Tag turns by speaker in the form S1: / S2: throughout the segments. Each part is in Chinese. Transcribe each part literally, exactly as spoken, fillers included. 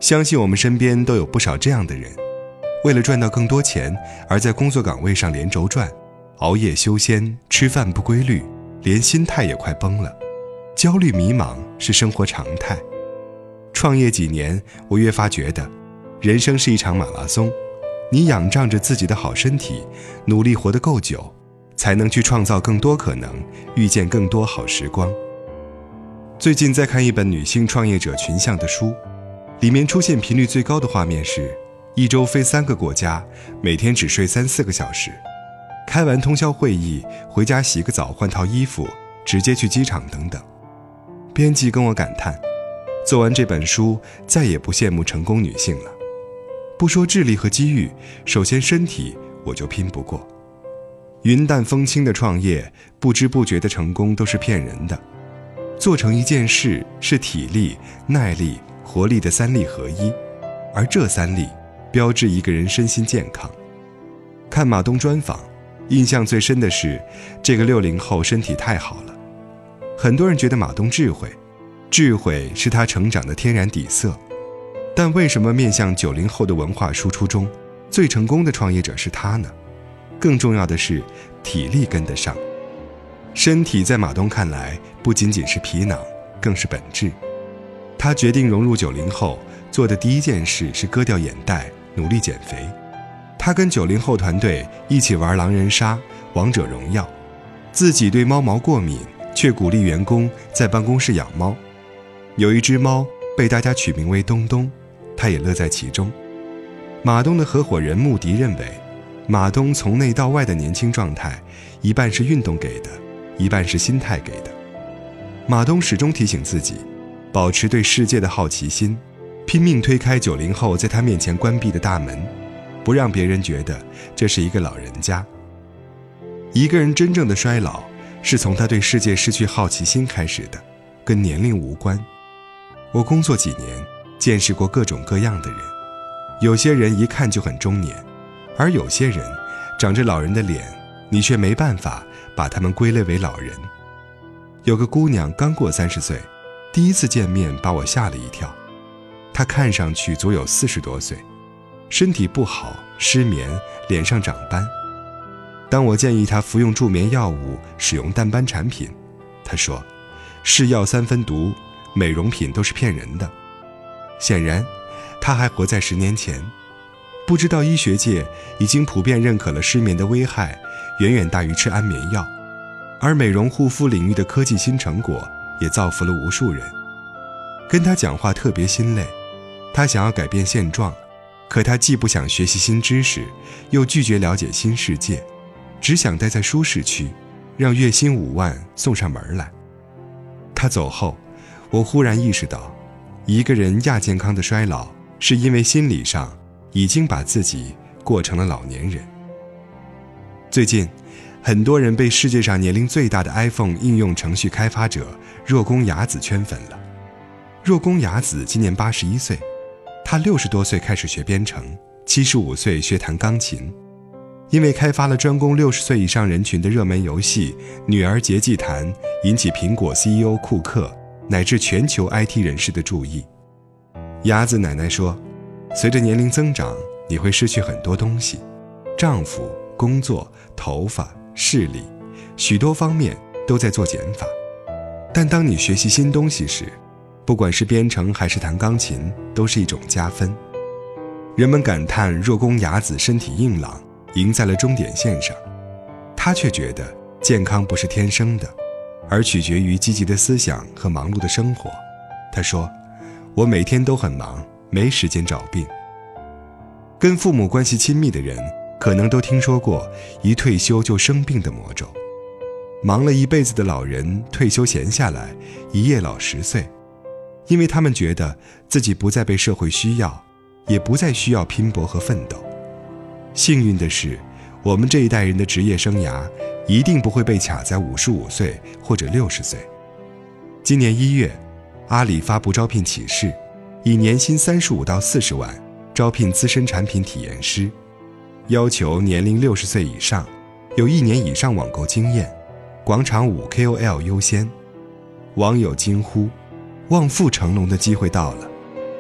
S1: 相信我们身边都有不少这样的人，为了赚到更多钱，而在工作岗位上连轴转，熬夜修仙，吃饭不规律，连心态也快崩了。焦虑迷茫是生活常态。创业几年，我越发觉得人生是一场马拉松，你仰仗着自己的好身体，努力活得够久，才能去创造更多可能，遇见更多好时光。最近在看一本女性创业者群像的书，里面出现频率最高的画面是一周飞三个国家，每天只睡三四个小时，开完通宵会议回家洗个澡换套衣服，直接去机场等等。编辑跟我感叹，做完这本书再也不羡慕成功女性了。不说智力和机遇，首先身体我就拼不过。云淡风轻的创业，不知不觉的成功都是骗人的。做成一件事是体力、耐力、活力的三力合一，而这三力标志一个人身心健康。看马东专访，印象最深的是这个六零后身体太好了。很多人觉得马东智慧，智慧是他成长的天然底色，但为什么面向九零后的文化输出中，最成功的创业者是他呢？更重要的是体力跟得上。身体在马东看来不仅仅是皮囊，更是本质。他决定融入九零后，做的第一件事是割掉眼袋，努力减肥。他跟九零后团队一起玩狼人杀、王者荣耀，自己对猫毛过敏，却鼓励员工在办公室养猫。有一只猫被大家取名为东东，他也乐在其中。马东的合伙人穆迪认为，马东从内到外的年轻状态，一半是运动给的，一半是心态给的。马东始终提醒自己，保持对世界的好奇心，拼命推开九零后在他面前关闭的大门，不让别人觉得这是一个老人家。一个人真正的衰老，是从他对世界失去好奇心开始的，跟年龄无关。我工作几年，见识过各种各样的人，有些人一看就很中年，而有些人长着老人的脸，你却没办法把他们归类为老人。有个姑娘刚过三十岁，第一次见面把我吓了一跳。她看上去足有四十多岁，身体不好，失眠，脸上长斑。当我建议她服用助眠药物，使用淡斑产品，她说是药三分毒，美容品都是骗人的。显然她还活在十年前，不知道医学界已经普遍认可了失眠的危害远远大于吃安眠药，而美容护肤领域的科技新成果也造福了无数人。跟他讲话特别心累，他想要改变现状，可他既不想学习新知识，又拒绝了解新世界，只想待在舒适区，让月薪五万送上门来。他走后，我忽然意识到，一个人亚健康的衰老，是因为心理上已经把自己过成了老年人。最近很多人被世界上年龄最大的 iPhone 应用程序开发者若宫雅子圈粉了。若宫雅子今年八十一岁，她六十多岁开始学编程，七十五岁学弹钢琴。因为开发了专攻六十岁以上人群的热门游戏《女儿节祭坛》，引起苹果 C E O 库克乃至全球 I T 人士的注意。雅子奶奶说，随着年龄增长，你会失去很多东西，丈夫、工作、头发、视力，许多方面都在做减法。但当你学习新东西时，不管是编程还是弹钢琴，都是一种加分。人们感叹若宫雅子身体硬朗，赢在了终点线上，她却觉得健康不是天生的，而取决于积极的思想和忙碌的生活。她说，我每天都很忙，没时间找病。跟父母关系亲密的人可能都听说过一退休就生病的魔咒。忙了一辈子的老人退休闲下来，一夜老十岁，因为他们觉得自己不再被社会需要，也不再需要拼搏和奋斗。幸运的是，我们这一代人的职业生涯一定不会被卡在五十五岁或者六十岁。今年一月，阿里发布招聘启事，以年薪三十五到四十万招聘资深产品体验师，要求年龄六十岁以上，有一年以上网购经验，广场舞 K O L 优先。网友惊呼，望父成龙的机会到了。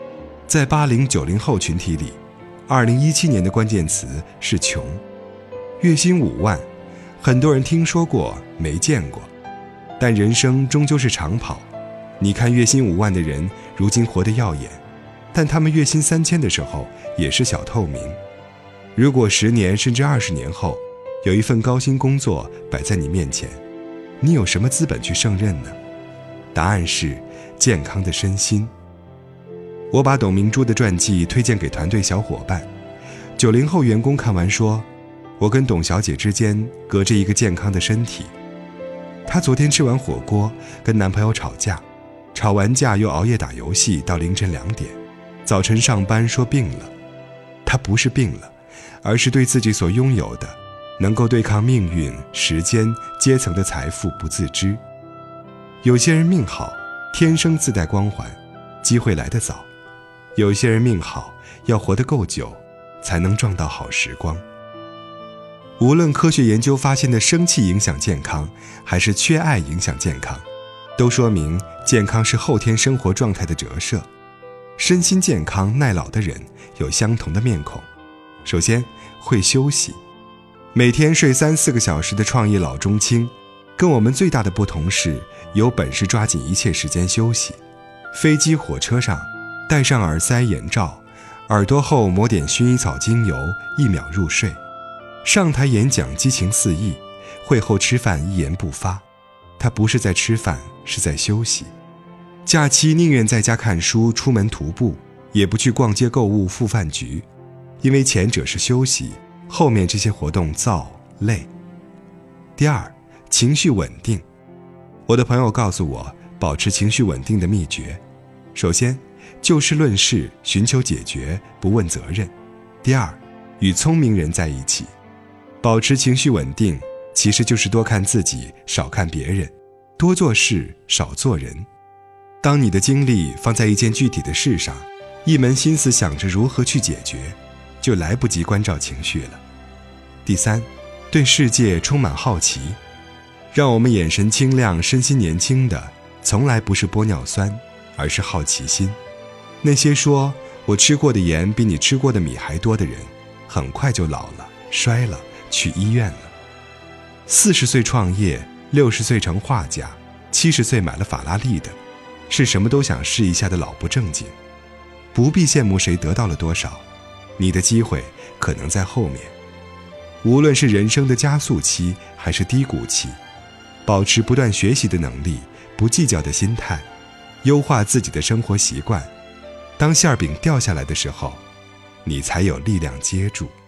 S1: 在八零九零后群体里，二零一七年的关键词是穷。月薪五万，很多人听说过没见过，但人生终究是长跑。你看月薪五万的人如今活得耀眼，但他们月薪三千的时候也是小透明。如果十年甚至二十年后有一份高薪工作摆在你面前，你有什么资本去胜任呢？答案是健康的身心。我把董明珠的传记推荐给团队小伙伴，九零后员工看完说，我跟董小姐之间隔着一个健康的身体。她昨天吃完火锅跟男朋友吵架，吵完架又熬夜打游戏到凌晨两点，早晨上班说病了。她不是病了，而是对自己所拥有的能够对抗命运、时间、阶层的财富不自知。有些人命好，天生自带光环，机会来得早；有些人命好，要活得够久，才能撞到好时光。无论科学研究发现的生气影响健康，还是缺爱影响健康，都说明健康是后天生活状态的折射。身心健康耐老的人有相同的面孔。首先，会休息。每天睡三四个小时的创业老中青，跟我们最大的不同是有本事抓紧一切时间休息。飞机火车上戴上耳塞眼罩，耳朵后抹点薰衣草精油，一秒入睡。上台演讲激情四溢，会后吃饭一言不发。他不是在吃饭，是在休息。假期宁愿在家看书，出门徒步，也不去逛街购物赴饭局，因为前者是休息，后面这些活动燥累。第二，情绪稳定。我的朋友告诉我保持情绪稳定的秘诀：首先，就事论事，寻求解决，不问责任；第二，与聪明人在一起。保持情绪稳定其实就是多看自己，少看别人，多做事，少做人。当你的精力放在一件具体的事上，一门心思想着如何去解决，就来不及关照情绪了。第三，对世界充满好奇。让我们眼神清亮，身心年轻的，从来不是玻尿酸，而是好奇心。那些说我吃过的盐比你吃过的米还多的人，很快就老了，衰了，去医院了。四十岁创业，六十岁成画家，七十岁买了法拉利的，是什么都想试一下的老不正经。不必羡慕谁得到了多少，你的机会可能在后面。无论是人生的加速期还是低谷期，保持不断学习的能力，不计较的心态，优化自己的生活习惯。当馅饼掉下来的时候，你才有力量接住。